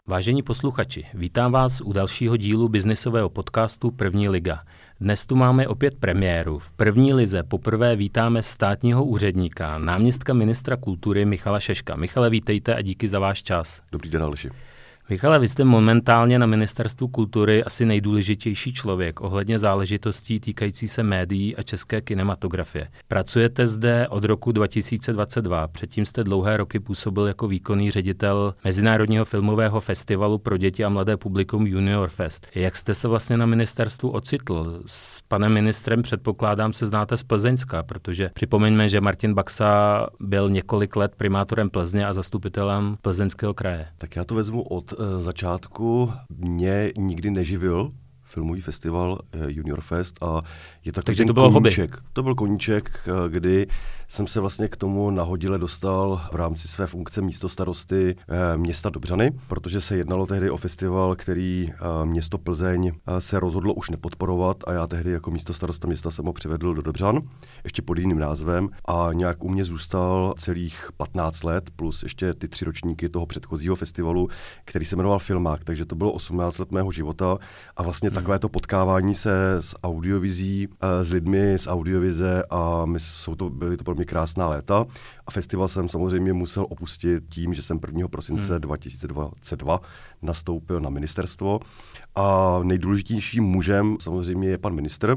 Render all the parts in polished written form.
Vážení posluchači, vítám vás u dalšího dílu biznisového podcastu První liga. Dnes tu máme opět premiéru. V První lize poprvé vítáme státního úředníka, náměstka ministra kultury Michala Šeška. Michale, vítejte a díky za váš čas. Dobrý den, Aleši. Michale, vy jste momentálně na ministerstvu kultury asi nejdůležitější člověk ohledně záležitostí týkající se médií a české kinematografie. Pracujete zde od roku 2022, předtím jste dlouhé roky působil jako výkonný ředitel Mezinárodního filmového festivalu pro děti a mladé publikum Junior Fest. Jak jste se vlastně na ministerstvu ocitl? S panem ministrem předpokládám se znáte z Plzeňska, protože připomeňme, že Martin Baxa byl několik let primátorem Plzně a zastupitelem Plzeňského kraje. Tak já to vezmu od začátku. Mě nikdy neživil filmový festival Junior Fest a je takový takže to bylo koníček. Hobby. To byl koníček, kdy jsem se vlastně k tomu nahodile dostal v rámci své funkce místostarosty města Dobřany, protože se jednalo tehdy o festival, který město Plzeň se rozhodlo už nepodporovat a já tehdy jako místostarosta města jsem ho přivedl do Dobřan, ještě pod jiným názvem a nějak u mě zůstal celých 15 let plus ještě ty 3 ročníky toho předchozího festivalu, který se jmenoval Filmák, takže to bylo 18 let mého života a vlastně takové to potkávání se s audiovizí, s lidmi z audiovize a byly to pro mě krásná léta a festival jsem samozřejmě musel opustit tím, že jsem 1. prosince 2022 nastoupil na ministerstvo a nejdůležitějším mužem samozřejmě je pan ministr,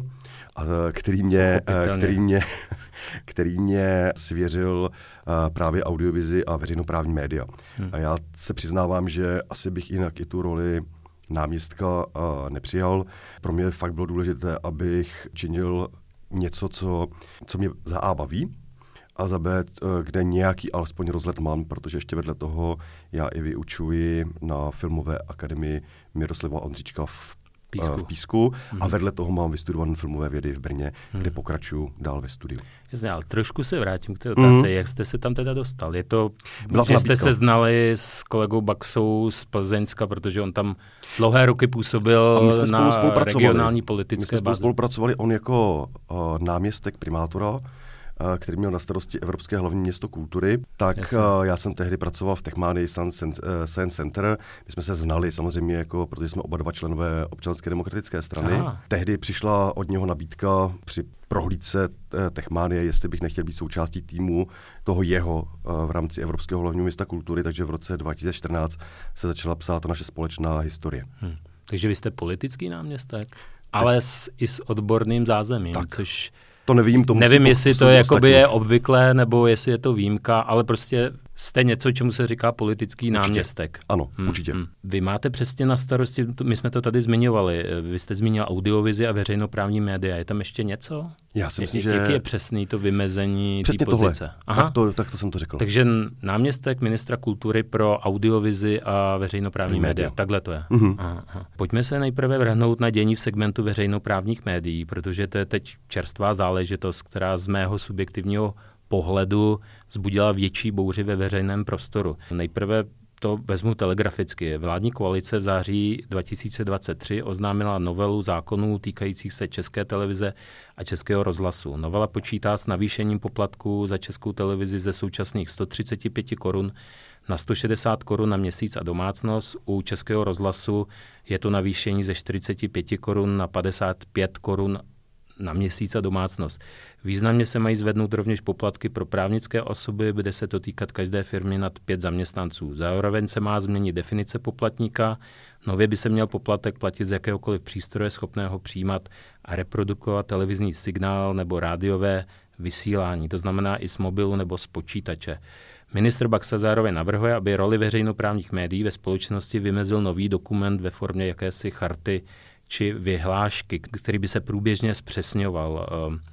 který mě svěřil právě audiovizi a veřejnoprávní média. A já se přiznávám, že asi bych jinak i tu roli náměstka nepřijal. Pro mě fakt bylo důležité, abych činil něco, co mě za A baví a za B, kde nějaký alespoň rozhled mám, protože ještě vedle toho já i vyučuji na Filmové akademii Miroslava Ondříčka v Písku a vedle toho mám vystudované filmové vědy v Brně, kde pokračuju dál ve studiu. Jasně, ale trošku se vrátím k té otázce. Jak jste se tam teda dostal? Je to, že jste se znali s kolegou Baxou z Plzeňska, protože on tam dlouhé roky působil na regionální politické bázi. My jsme spolupracovali, on jako náměstek primátora, který měl na starosti Evropské hlavní město kultury, tak já jsem tehdy pracoval v Techmanii Science Center. My jsme se znali samozřejmě, protože jsme oba dva členové Občanské demokratické strany. Tehdy přišla od něho nabídka při prohlídce Techmanie, jestli bych nechtěl být součástí týmu toho jeho v rámci Evropského hlavního města kultury, takže v roce 2014 se začala psát naše společná historie. Takže vy jste politický náměstek, ale i s odborným zázemím, což... To nevím, jestli to je obvyklé, nebo jestli je to výjimka, ale prostě jste něco, čemu se říká politický náměstek. Ano, určitě. Vy máte přesně na starosti, my jsme to tady zmiňovali, vy jste zmínil audiovizi a veřejnoprávní média. Je tam ještě něco? Já si myslím, že... Jaký je přesný to vymezení té pozice? Aha. Tak to jsem to řekl. Takže náměstek ministra kultury pro audiovizi a veřejnoprávní média. Takhle to je. Aha. Pojďme se nejprve vrhnout na dění v segmentu veřejnoprávních médií, protože to je teď čerstvá záležitost, která z mého subjektivního pohledu vzbudila větší bouři ve veřejném prostoru. Nejprve to vezmu telegraficky. Vládní koalice v září 2023 oznámila novelu zákonů týkajících se České televize a Českého rozhlasu. Novela počítá s navýšením poplatků za Českou televizi ze současných 135 korun na 160 korun na měsíc a domácnost. U Českého rozhlasu je to navýšení ze 45 korun na 55 korun na měsíc a domácnost. Významně se mají zvednout rovněž poplatky pro právnické osoby, bude se to týkat každé firmy nad 5 zaměstnanců. Zároveň se má změnit definice poplatníka. Nově by se měl poplatek platit z jakéhokoliv přístroje schopného přijímat a reprodukovat televizní signál nebo rádiové vysílání, to znamená i z mobilu nebo z počítače. Ministr Baxa zároveň navrhuje, aby roli veřejnoprávních médií ve společnosti vymezil nový dokument ve formě jakési charty či vyhlášky, který by se průběžně zpřesňoval.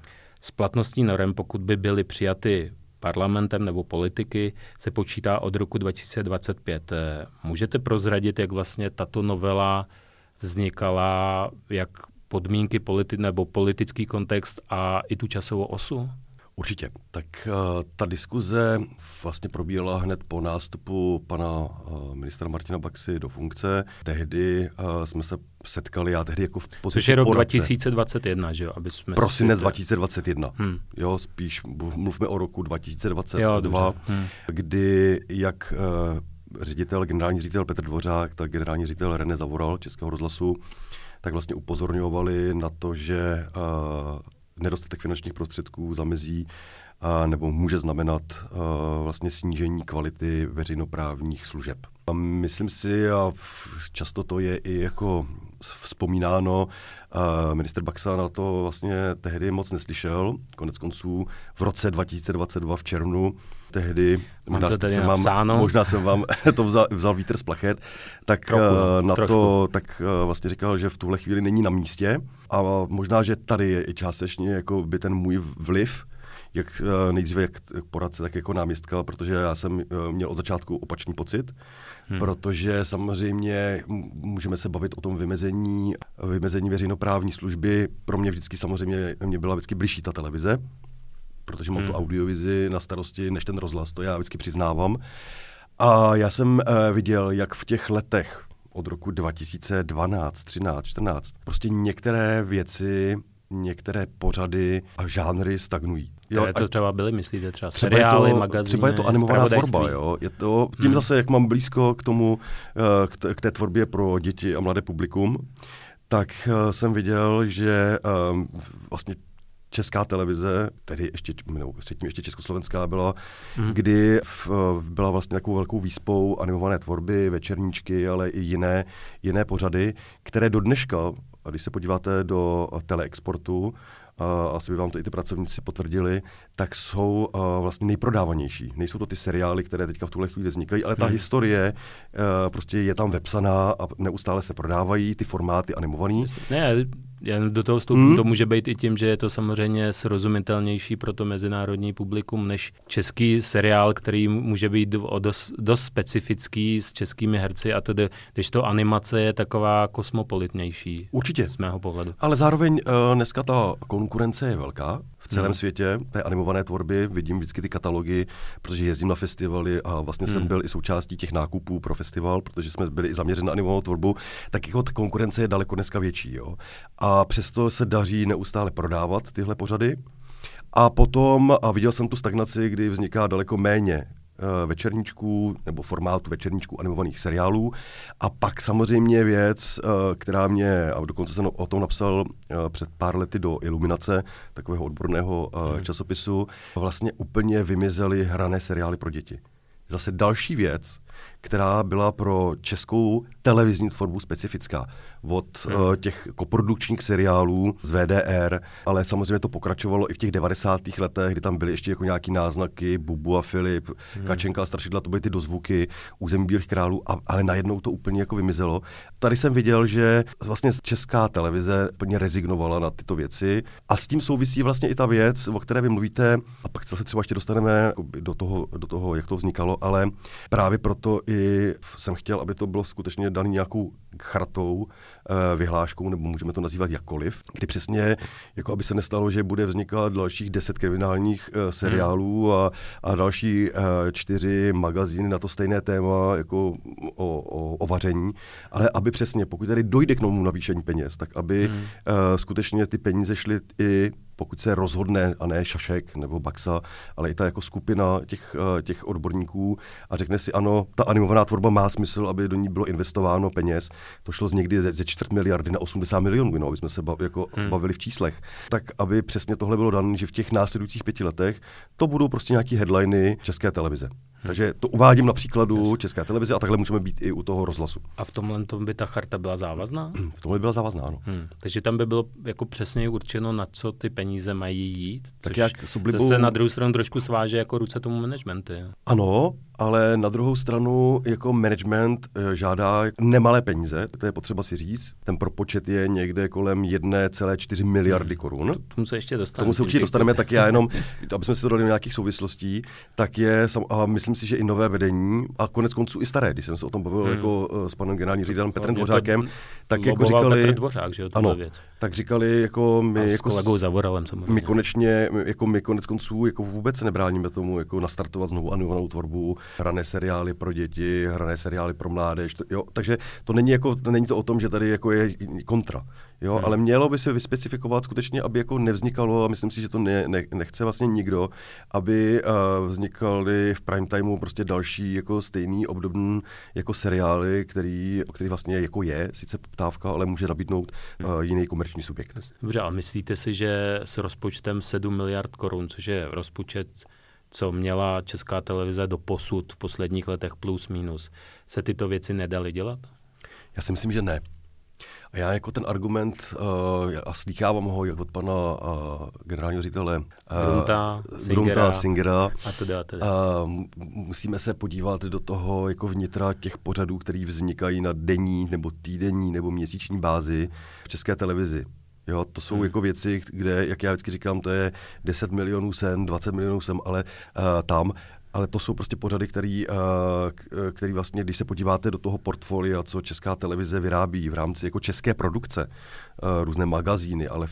S platností norem, pokud by byly přijaty parlamentem nebo politiky, se počítá od roku 2025. Můžete prozradit, jak vlastně tato novela vznikala, jak podmínky nebo politický kontext a i tu časovou osu? Určitě. Tak ta diskuze vlastně probíhala hned po nástupu pana ministra Martina Baxy do funkce. Tehdy jsme se setkali, já tehdy jako v pozici což je rok poradce. 2021, že jo? Aby jsme prosinec 2021. Jo, spíš mluvme o roku 2022, kdy jak generální ředitel Petr Dvořák, tak generální ředitel René Zavoral Českého rozhlasu, tak vlastně upozorňovali na to, že nedostatek finančních prostředků zamezí nebo může znamenat vlastně snížení kvality veřejnoprávních služeb. A myslím si, a často to je i jako vzpomínáno, ministr Baxa na to vlastně tehdy moc neslyšel. Konec konců v roce 2022 v červnu tehdy, možná jsem vám to vzal vítr z plachet, tak tak vlastně říkal, že v tuhle chvíli není na místě a možná, že tady je i částečně jako by ten můj vliv, jak nejdříve jak poradce, tak jako náměstka, protože já jsem měl od začátku opačný pocit, protože samozřejmě můžeme se bavit o tom vymezení veřejnoprávní služby. Pro mě vždycky samozřejmě byla vždycky blížší ta televize, protože mám tu audiovizi na starosti než ten rozhlas, to já vždycky přiznávám. A já jsem viděl, jak v těch letech od roku 2012, 13, 14, prostě některé věci, některé pořady a žánry stagnují. Které to třeba byly, myslíte, třeba seriály, magazíny, třeba je to animovaná tvorba, jo. Je to, tím zase, jak mám blízko k tomu, k té tvorbě pro děti a mladé publikum, tak jsem viděl, že vlastně Česká televize, tedy předtím ještě Československá byla, kdy byla vlastně takovou velkou výspou animované tvorby, večerníčky, ale i jiné pořady, které do dneška, a když se podíváte do teleexportu, asi by vám to i ty pracovníci potvrdili, tak jsou vlastně nejprodávanější. Nejsou to ty seriály, které teďka v tuhle chvíli vznikají, ale ta historie prostě je tam vepsaná a neustále se prodávají ty formáty animovaný. Ne, jen do toho vstupu to může být i tím, že je to samozřejmě srozumitelnější pro to mezinárodní publikum než český seriál, který může být dost specifický s českými herci a tedy, když to animace je taková kosmopolitnější. Určitě. Z mého pohledu. Ale zároveň dneska ta konkurence je velká v celém světě té animované tvorby. Vidím vždycky ty katalogy, protože jezdím na festivaly a vlastně jsem byl i součástí těch nákupů pro festival, protože jsme byli i zaměřeni na animovanou tvorbu, tak jako ta konkurence je daleko dneska větší. Jo? A přesto se daří neustále prodávat tyhle pořady. A potom, a viděl jsem tu stagnaci, kdy vzniká daleko méně večerníčků nebo formátu večerníčků animovaných seriálů. A pak samozřejmě věc, která mě, a dokonce jsem o tom napsal před pár lety do Iluminace, takového odborného časopisu, vlastně úplně vymizely hrané seriály pro děti. Zase další věc, která byla pro českou televizní tvorbu specifická. Od těch koprodukčních seriálů z VDR, ale samozřejmě to pokračovalo i v těch 90. letech, kdy tam byly ještě jako nějaký náznaky, Bubu a Filip, Kačenka a Strašidla, to byly ty dozvuky, Území bílých králů, ale najednou to úplně jako vymizelo. Tady jsem viděl, že vlastně česká televize úplně rezignovala na tyto věci a s tím souvisí vlastně i ta věc, o které vy mluvíte, a pak se třeba ještě dostaneme do toho, jak to vznikalo, ale právě proto i jsem chtěl, aby to bylo skutečně dané nějakou chartou, vyhláškou, nebo můžeme to nazývat jakkoliv, kdy přesně, jako aby se nestalo, že bude vznikat dalších 10 kriminálních seriálů a další 4 magazíny na to stejné téma, jako o vaření, ale aby přesně, pokud tady dojde k novému navýšení peněz, tak aby skutečně ty peníze šly i pokud se rozhodne, a ne Šašek nebo Baxa, ale i ta jako skupina těch odborníků a řekne si, ano, ta animovaná tvorba má smysl, aby do ní bylo investováno peněz. To šlo z někdy ze 4 miliardy na 80 milionů, no, aby jsme se bavili v číslech. Tak aby přesně tohle bylo dané, že v těch následujících 5 letech to budou prostě nějaké headliny České televize. Takže to uvádím na příkladu České televize a takhle můžeme být i u toho rozhlasu. A v tomhle by ta charta byla závazná? V tomhle byla závazná, ano. Takže tam by bylo jako přesně určeno, na co ty peníze mají jít, tak jak zase na druhou stranu trošku sváže jako ruce tomu managementu. Ano, ale na druhou stranu jako management žádá nemalé peníze, to je potřeba si říct. Ten propočet je někde kolem 1,4 miliardy korun. Tomu se ještě dostaneme. Tomu se určitě dostaneme, tak já jenom, aby jsme si to dali nějakých souvislostí, tak je, a myslím si, že i nové vedení, a konec konců i staré, když jsem se o tom bavil jako s panem generálním ředitelem Petrem Dvořákem, tak jako říkali, Petr Dvořák, že jo, ano, věc. tak říkali, jako my, s jako kolegou Zavoralem samozřejmě. My konec konců jako vůbec se nebráníme tomu, jako nastartovat znovu animovanou tvorbu, hrané seriály pro děti, hrané seriály pro mládež, takže to není to o tom, že tady jako je kontra. Jo, ale mělo by se vyspecifikovat skutečně, aby jako nevznikalo, a myslím si, že to nechce vlastně nikdo, aby vznikaly v prime timeu prostě další jako stejný obdobný jako seriály, který vlastně jako je, sice poptávka, ale může nabídnout jiný komerční subjekt. Dobře, a myslíte si, že s rozpočtem 7 miliard korun, což je rozpočet, co měla Česká televize doposud v posledních letech plus minus, se tyto věci nedaly dělat? Já si myslím, že ne. A já jako ten argument, a slýchávám ho jak od pana generálního ředitele Grunta, Singera. A musíme se podívat do toho jako vnitra těch pořadů, které vznikají na denní nebo týdenní nebo měsíční bázi v České televizi. Jo, to jsou jako věci, kde, jak já vždycky říkám, to je 10 milionů sem, 20 milionů sem, ale tam. Ale to jsou prostě pořady, který vlastně, když se podíváte do toho portfolia, co Česká televize vyrábí v rámci jako české produkce, různé magazíny, ale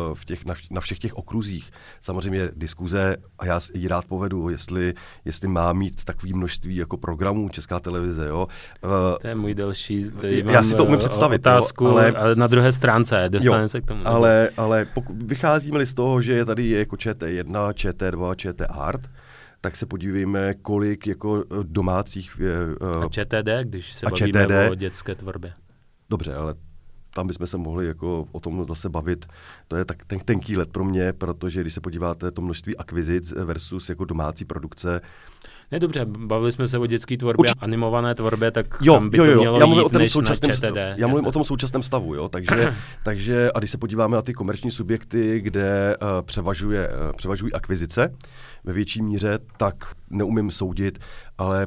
na všech těch okruzích. Samozřejmě diskuze, a já ji rád povedu, jestli má mít takový množství jako programů Česká televize. Jo. To je můj další já si to umím představit, otázku, ale na druhé stránce, dostaneme se k tomu. Ale pokud vycházíme z toho, že tady je jako ČT1, ČT2, ČT Art, tak se podívejme, kolik jako domácích... A ČTD, když se bavíme o dětské tvorbě. Dobře, ale tam bychom se mohli jako o tom zase bavit. To je tak tenký let pro mě, protože když se podíváte to množství akvizic versus jako domácí produkce. Ne, dobře, bavili jsme se o dětské tvorbě, animované tvorbě, tak tam by to mělo jít než na ČTD. Já mluvím o tom současném stavu, jo, takže a když se podíváme na ty komerční subjekty, kde převažují akvizice ve větší míře, tak neumím soudit, ale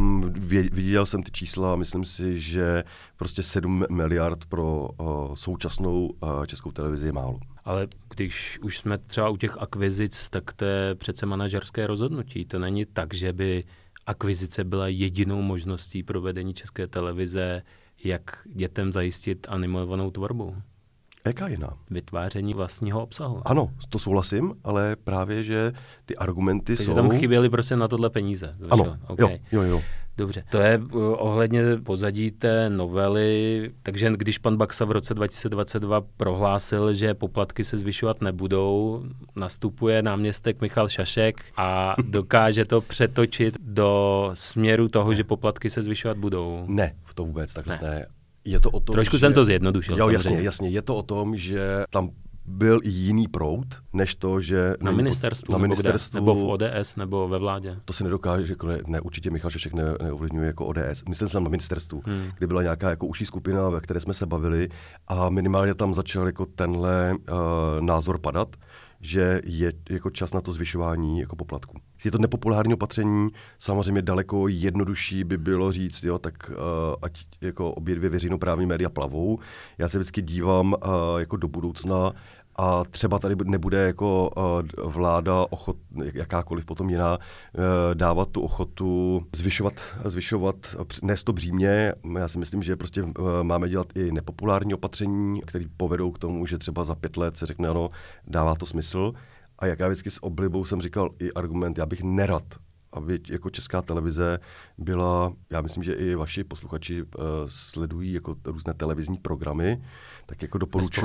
viděl jsem ty čísla a myslím si, že prostě 7 miliard pro současnou Českou televizi je málo. Ale když už jsme třeba u těch akvizic, tak to je přece manažerské rozhodnutí. To není tak, že by akvizice byla jedinou možností pro vedení České televize, jak dětem zajistit animovanou tvorbu. Jaká jiná? Vytváření vlastního obsahu. Ano, to souhlasím, ale právě, že ty argumenty takže tam chyběly prostě na tohle peníze. Ano, okay. Jo. Dobře, to je ohledně pozadí té novely, takže když pan Baxa v roce 2022 prohlásil, že poplatky se zvyšovat nebudou, nastupuje náměstek Michal Šašek a dokáže to přetočit do směru toho, že poplatky se zvyšovat budou. Ne, to vůbec takhle ne. Je to o tom, trošku jsem to zjednodušil. Jo, jasně. Je to o tom, že tam byl i jiný proud, než to, že... Na ministerstvu, nebo v ODS, nebo ve vládě. To se nedokáže, ne, určitě Michal Šašek neovlivňuje jako ODS. Myslím jsem na ministerstvu, kdy byla nějaká jako užší skupina, ve které jsme se bavili a minimálně tam začal jako tenhle názor padat, že je jako čas na to zvyšování jako poplatku. Je to nepopulární opatření, samozřejmě daleko jednodušší by bylo říct, jo, tak ať jako obě dvě veřejnoprávní média plavou. Já se vždycky dívám jako do budoucna a třeba tady nebude jako vláda jakákoliv potom jiná dávat tu ochotu zvyšovat, nést to břímě. Já si myslím, že prostě máme dělat i nepopulární opatření, které povedou k tomu, že třeba za 5 let se řekne, ano, dává to smysl. A jak já vždycky s oblibou jsem říkal i argument, já bych nerad, aby jako Česká televize byla, já myslím, že i vaši posluchači sledují jako různé televizní programy, tak jako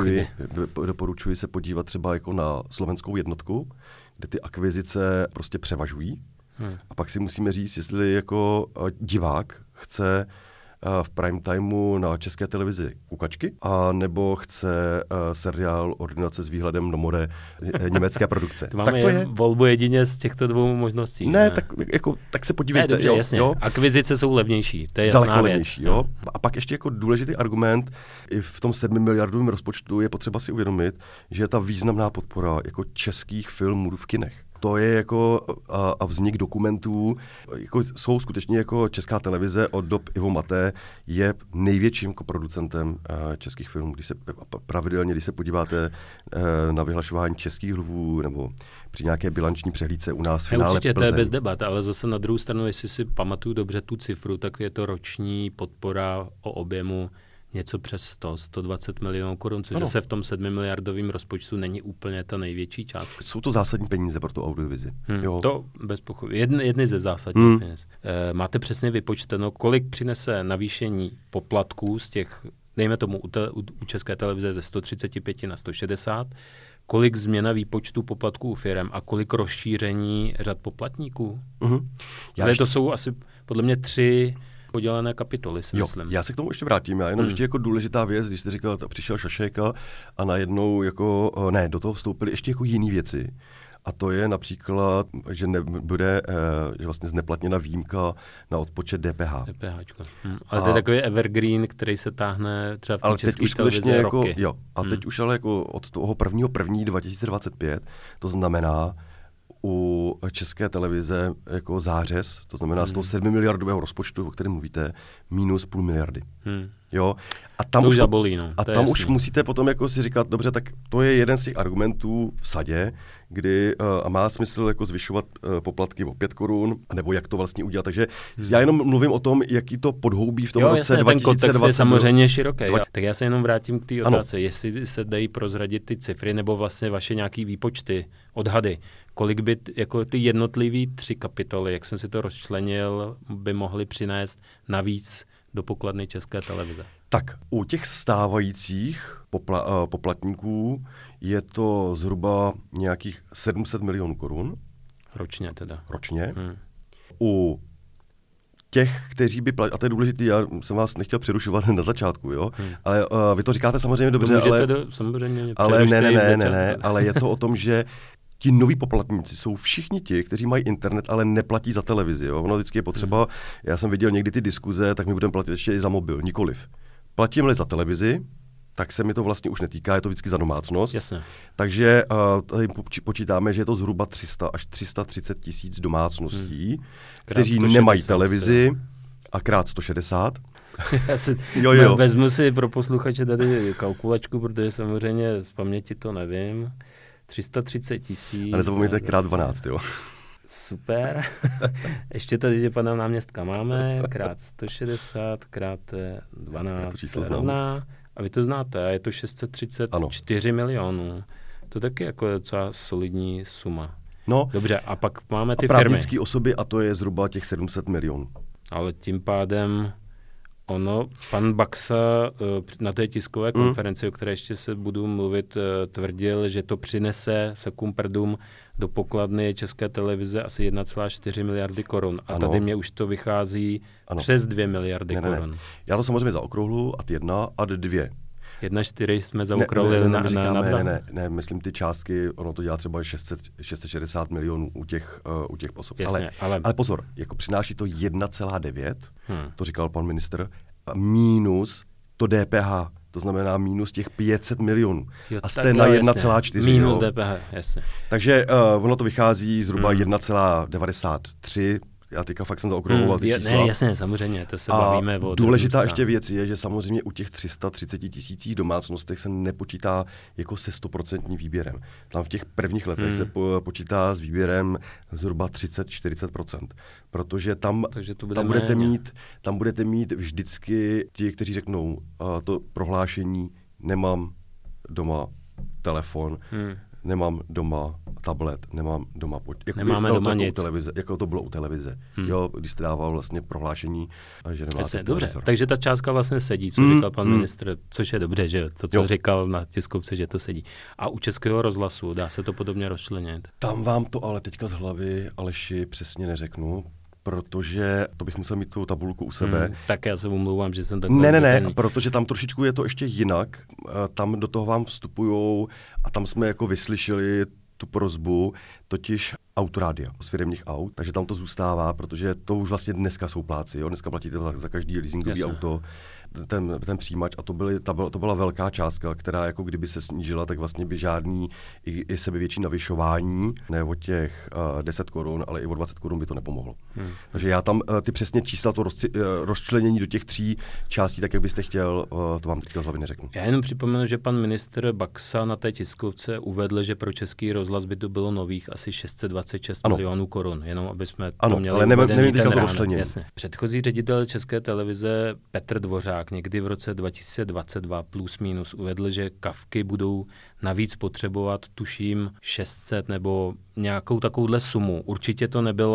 doporučuji se podívat třeba jako na Slovenskou jednotku, kde ty akvizice prostě převažují. A pak si musíme říct, jestli jako divák chce v prime timeu na České televizi Kukačky, a nebo chce seriál Ordinace s výhledem do more německé produkce. To máme tak volbu jedině z těchto dvou možností. Ne, tak se podívejte. Ne, dobře, jasně. Jo? Akvizice jsou levnější, to je jasná daleko věc. Levnější, jo. A pak ještě jako důležitý argument, i v tom 7 miliardovém rozpočtu je potřeba si uvědomit, že je ta významná podpora jako českých filmů v kinech. To je jako a vznik dokumentů, jako jsou skutečně jako Česká televize od dob Ivo Maté je největším jako producentem českých filmů. Když se podíváte na vyhlašování českých lvů nebo při nějaké bilanční přehlídce u nás v finále určitě Plzeň. To je bez debat, ale zase na druhou stranu, jestli si pamatuju dobře tu cifru, tak je to roční podpora o objemu něco přes 120 milionů korun, což se v tom 7 miliardovém rozpočtu není úplně ta největší částka. Jsou to zásadní peníze pro tu audiovizi. To bez pochyby. Jedny ze zásadních peněz. Máte přesně vypočteno, kolik přinese navýšení poplatků z těch dejme tomu u České televize ze 135 na 160, kolik změna výpočtu poplatků u firem a kolik rozšíření řad poplatníků? To jsou asi podle mě 3 podělené kapitoly, si myslím. Já se k tomu ještě vrátím. Já jenom ještě jako důležitá věc, když jste říkal, přišel Šašek a najednou do toho vstoupily ještě jako jiné věci. A to je například, že nebude že vlastně zneplatněna výjimka na odpočet DPH. Ale to je takový evergreen, který se táhne třeba v té České televizi roky. Teď už ale jako od toho 1.1.2025, to znamená u České televize jako zářez, to znamená z toho 7 miliardového rozpočtu, o kterém mluvíte, minus 0,5 miliardy. Jo? A tam, už, zabolí, a tam už musíte potom jako si říkat, dobře, tak to je jeden z těch argumentů v sadě, kdy a má smysl jako zvyšovat poplatky o 5 korun, nebo jak to vlastně udělat. Takže já jenom mluvím o tom, jaký to podhoubí v tom roce 2020. Ten je samozřejmě široký. Tak já se jenom vrátím k té otázce, jestli se dají prozradit ty cifry, nebo vlastně vaše nějaký výpočty, odhady, kolik by jako ty jednotlivý 3 kapitoly, jak jsem si to rozčlenil, by mohly přinést navíc do pokladny České televize. Tak u těch stávajících poplatníků je to zhruba nějakých 700 milionů korun. Ročně teda. Ročně. U těch, kteří by platili, a to je důležité, já jsem vás nechtěl přerušovat na začátku, jo, ale vy to říkáte samozřejmě dobře, ale ne, ale je to o tom, že ti noví poplatníci jsou všichni ti, kteří mají internet, ale neplatí za televizi. Jo? Ono vždycky je potřeba, já jsem viděl někdy ty diskuze, tak my budeme platit ještě i za mobil, nikoliv. Platím-li za televizi, tak se mi to vlastně už netýká, je to vždycky za domácnost. Jasně. Takže tady počítáme, že je to zhruba 300 až 330 tisíc domácností, kteří nemají televizi a krát 160. Vezmu si pro posluchače tady kalkulačku, protože samozřejmě z paměti to nevím. 330 tisíc. A nezapomeňte krát 12, jo. Super. Ještě tady, že pana náměstka máme, krát 160, krát 12 rovná. A vy to znáte, a je to 634 milionů. To taky jako docela solidní suma. No, dobře, a pak máme ty právnické osoby a to je zhruba těch 700 milionů. Ale tím pádem pan Baxa na té tiskové konferenci, o které ještě se budu mluvit, tvrdil, že to přinese secum perdum do pokladny České televize asi 1,4 miliardy korun. A tady mě už to vychází přes 2 miliardy korun. Já to samozřejmě zaokrouhlu ad 1, ad 2. 1,4 jsme zaokrouhlili na 2. Ne, myslím ty částky, ono to dělá třeba 660 milionů u těch osob. Jasně, ale pozor, jako přináší to 1,9, to říkal pan ministr, minus to DPH, to znamená minus těch 500 milionů. A jste na 1,4. Minus DPH, jasně. Takže ono to vychází zhruba 1,93. Já teďka fakt jsem zaokrouhloval ty čísla. Ne, jasně, samozřejmě, to se bavíme o... důležitá ještě věc je, že samozřejmě u těch 330 tisících domácnostech se nepočítá jako se 100% výběrem. Tam v těch prvních letech se počítá s výběrem zhruba 30-40%. Protože tam budete mít vždycky ti, kteří řeknou to prohlášení, nemám doma telefon, nemám doma tablet, nemám doma nemáme doma nic. Televize, jako to bylo u televize. Jo, když jste dával vlastně prohlášení, že nemáte dobře, takže ta částka vlastně sedí, co říkal pan ministr, což je dobře, že to, co říkal na tiskovce, že to sedí. A u Českého rozhlasu dá se to podobně rozčlenit? Tam vám to ale teďka z hlavy, Aleši, přesně neřeknu, protože to bych musel mít tu tabulku u sebe. Tak já se omlouvám, že jsem takhle... Ne, protože tam trošičku je to ještě jinak. Tam do toho vám vstupujou a tam jsme jako vyslyšeli tu prosbu, totiž autorádia z firemních aut, takže tam to zůstává, protože to už vlastně dneska jsou pláci, jo? Dneska platíte za každý leasingový auto, ten přijímač a to byla velká částka, která jako kdyby se snížila, tak vlastně by žádný i sebevětší navyšování, ne o těch 10 korun, ale i o 20 korun by to nepomohlo. Takže já tam ty přesně čísla, to rozčlenění do těch 3 částí, tak jak byste chtěl, to vám teďka z hlavy neřeknu. Já jenom připomenu, že pan ministr Baxa na té tiskovce uvedl, že pro Český rozhlas by to bylo nových asi 626 milionů korun, jenom aby jsme to měli ale nevím ten rozčlenění. Jasně. Předchozí ředitel České televize Petr Dvořák někdy v roce 2022 plus minus uvedl, že kavky budou navíc potřebovat, tuším, 600 nebo nějakou takovouhle sumu. Určitě to nebylo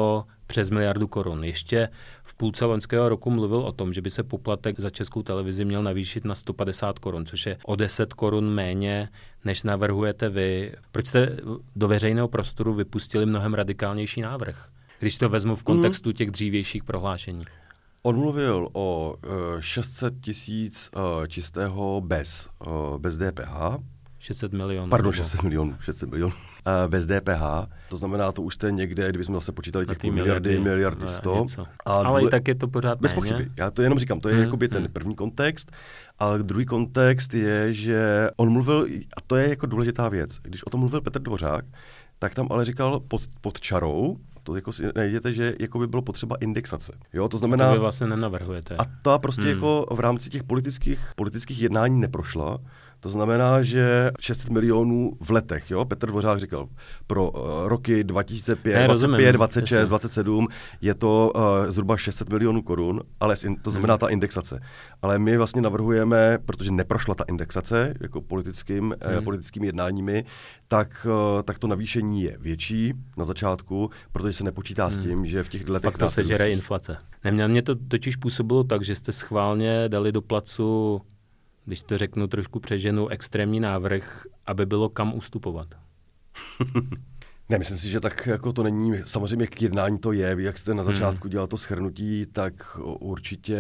přes 1 miliardu korun. Ještě v půlce loňského roku mluvil o tom, že by se poplatek za Českou televizi měl navýšit na 150 korun, což je o 10 korun méně, než navrhujete vy. Proč jste do veřejného prostoru vypustili mnohem radikálnější návrh, když to vezmu v kontextu těch dřívějších prohlášení? On mluvil o 600 000 čistého bez DPH. 600 milionů. Pardon, 600 milionů. Bez DPH. To znamená, to už jste někde, kdybychom zase počítali těch miliardy 100. Ale i tak je to pořád bez pochyby. Já to jenom říkám, to je jakoby ten první kontext. A druhý kontext je, že on mluvil, a to je jako důležitá věc, když o tom mluvil Petr Dvořák, tak tam ale říkal pod čarou, to jako si najdete, že jako by bylo potřeba indexace. Jo, to znamená... To vy vlastně nenavrhujete. A ta prostě jako v rámci těch politických jednání neprošla. To znamená, že 600 milionů v letech, jo, Petr Dvořák říkal, pro roky 2005, 25, 26, 27 je to zhruba 600 milionů korun, ale to znamená ta indexace. Ale my vlastně navrhujeme, protože neprošla ta indexace jako politickými jednáními, tak to navýšení je větší na začátku, protože se nepočítá s tím, že v těch letech... Pak to sežere inflace. Mě to totiž působilo tak, že jste schválně dali do placu, když to řeknu trošku přeženu, extrémní návrh, aby bylo kam ustupovat. Ne, myslím si, že tak jako to není, samozřejmě k jednání to je, jak jste na začátku dělal to shrnutí, tak určitě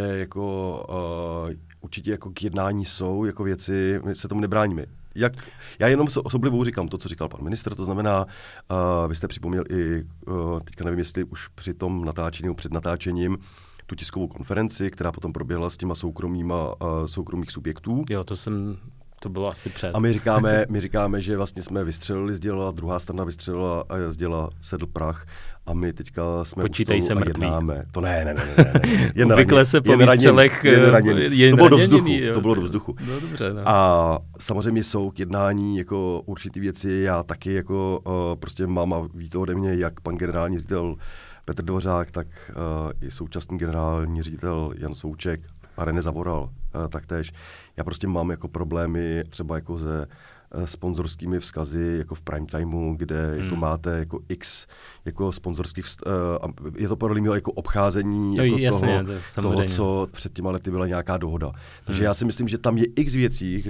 jako k jednání jsou jako věci, my se tomu nebráníme. Já jenom s oblibou říkám to, co říkal pan ministr, to znamená, vy jste připomněl i, teďka nevím, jestli už při tom natáčení, před natáčením, tu tiskovou konferenci, která potom proběhla s těma soukromých subjektů. Jo, to bylo asi před. A my říkáme, že vlastně jsme vystřelili z děla, druhá strana vystřelila a z děla sedl prach a my teďka jsme Počítej se mrtví. Jednáme. To ne. Obvykle se po výstřelech to bylo do vzduchu. No, dobře, no. A samozřejmě jsou k jednání jako určitý věci, já taky jako prostě mám a ví to ode mě, jak pan generální ředitel Petr Dvořák, tak i současný generální ředitel Jan Souček a René Zavoral taktéž. Já prostě mám jako problémy třeba jako se sponzorskými vzkazy jako v prime timeu, kde jako máte jako x jako sponzorských je to podle mě jako obcházení jako toho, co před těma lety byla nějaká dohoda. Takže já si myslím, že tam je x věcí,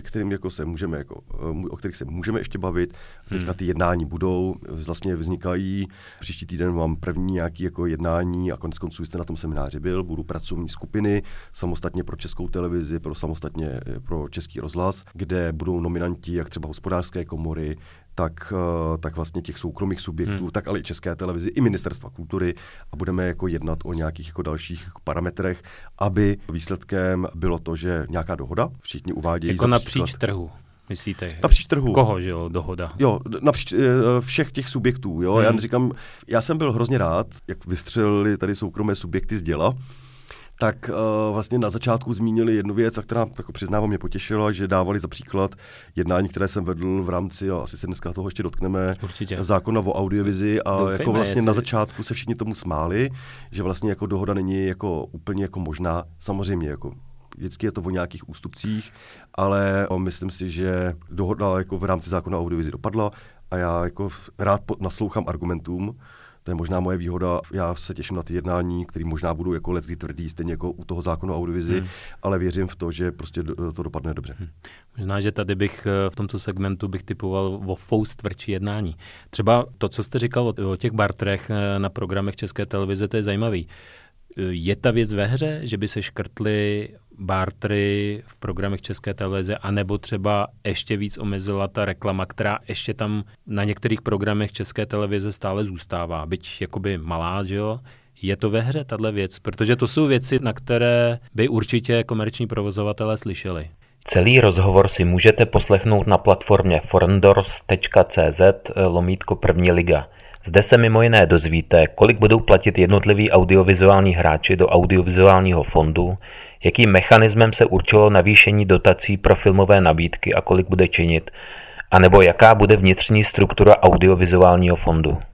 o kterých se můžeme ještě bavit. Teďka ty jednání budou, vlastně vznikají. Příští týden mám první nějaký jako jednání a koneckonců jste na tom semináři byl, budu pracovní skupiny samostatně pro Českou televizi, samostatně pro Český rozhlas, kde budou nominanti jak třeba Hospodářské komory, tak vlastně těch soukromých subjektů, tak ale i České televizi, i Ministerstva kultury a budeme jako jednat o nějakých jako dalších parametrech, aby výsledkem bylo to, že nějaká dohoda, všichni uvádějí jako napříč trhu. Myslíte? Napříč trhu. Koho, že jo, dohoda? Jo, napříč všech těch subjektů, jo. Já jsem byl hrozně rád, jak vystřelili tady soukromé subjekty z děla, tak vlastně na začátku zmínili jednu věc, a která jako přiznávám mě potěšila, že dávali za příklad jednání, které jsem vedl v rámci, a asi se dneska toho ještě dotkneme, zákona o audiovizi a doufejme, jako vlastně na začátku se všichni tomu smáli, že vlastně jako dohoda není jako úplně jako možná, samozřejmě jako vždycky je to o nějakých ústupcích, ale myslím si, že dohoda jako v rámci zákona o audiovizi dopadla a já jako rád naslouchám argumentům. To je možná moje výhoda. Já se těším na ty jednání, které možná budou jako leckdy tvrdý, stejně jako u toho zákona o audiovizi, ale věřím v to, že prostě to dopadne dobře. Možná, že tady v tomto segmentu bych typoval o fous tvrdší jednání. Třeba to, co jste říkal o těch barterech na programech České televize, to je zajímavý. Je ta věc ve hře, že by se škrtly bartery v programech České televize, anebo třeba ještě víc omezila ta reklama, která ještě tam na některých programech České televize stále zůstává, byť jakoby malá, že jo? Je to ve hře, tahle věc? Protože to jsou věci, na které by určitě komerční provozovatelé slyšeli. Celý rozhovor si můžete poslechnout na platformě forendors.cz/První liga. Zde se mimo jiné dozvíte, kolik budou platit jednotliví audiovizuální hráči do audiovizuálního fondu, jakým mechanismem se určilo navýšení dotací pro filmové nabídky a kolik bude činit, anebo jaká bude vnitřní struktura audiovizuálního fondu.